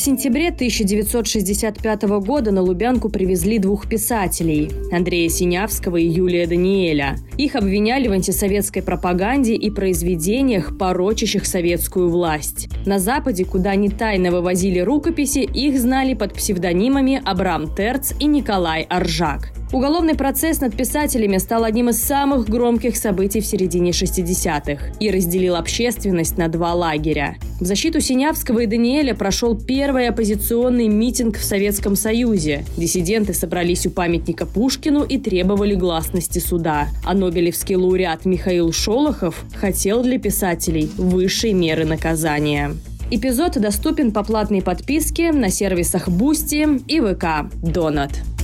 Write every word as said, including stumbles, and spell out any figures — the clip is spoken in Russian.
сентябре тысяча девятьсот шестьдесят пятого года на Лубянку привезли двух писателей – Андрея Синявского и Юлия Даниэля. Их обвиняли в антисоветской пропаганде и произведениях, порочащих советскую власть. На Западе, куда они тайно вывозили рукописи, их знали под псевдонимами Абрам Терц и Николай Оржак. Уголовный процесс над писателями стал одним из самых громких событий в середине шестидесятых и разделил общественность на два лагеря. В защиту Синявского и Даниэля прошел первый оппозиционный митинг в Советском Союзе. Диссиденты собрались у памятника Пушкину и требовали гласности суда. А нобелевский лауреат Михаил Шолохов хотел для писателей высшей меры наказания. Эпизод доступен по платной подписке на сервисах Boosty и вэ ка Donut.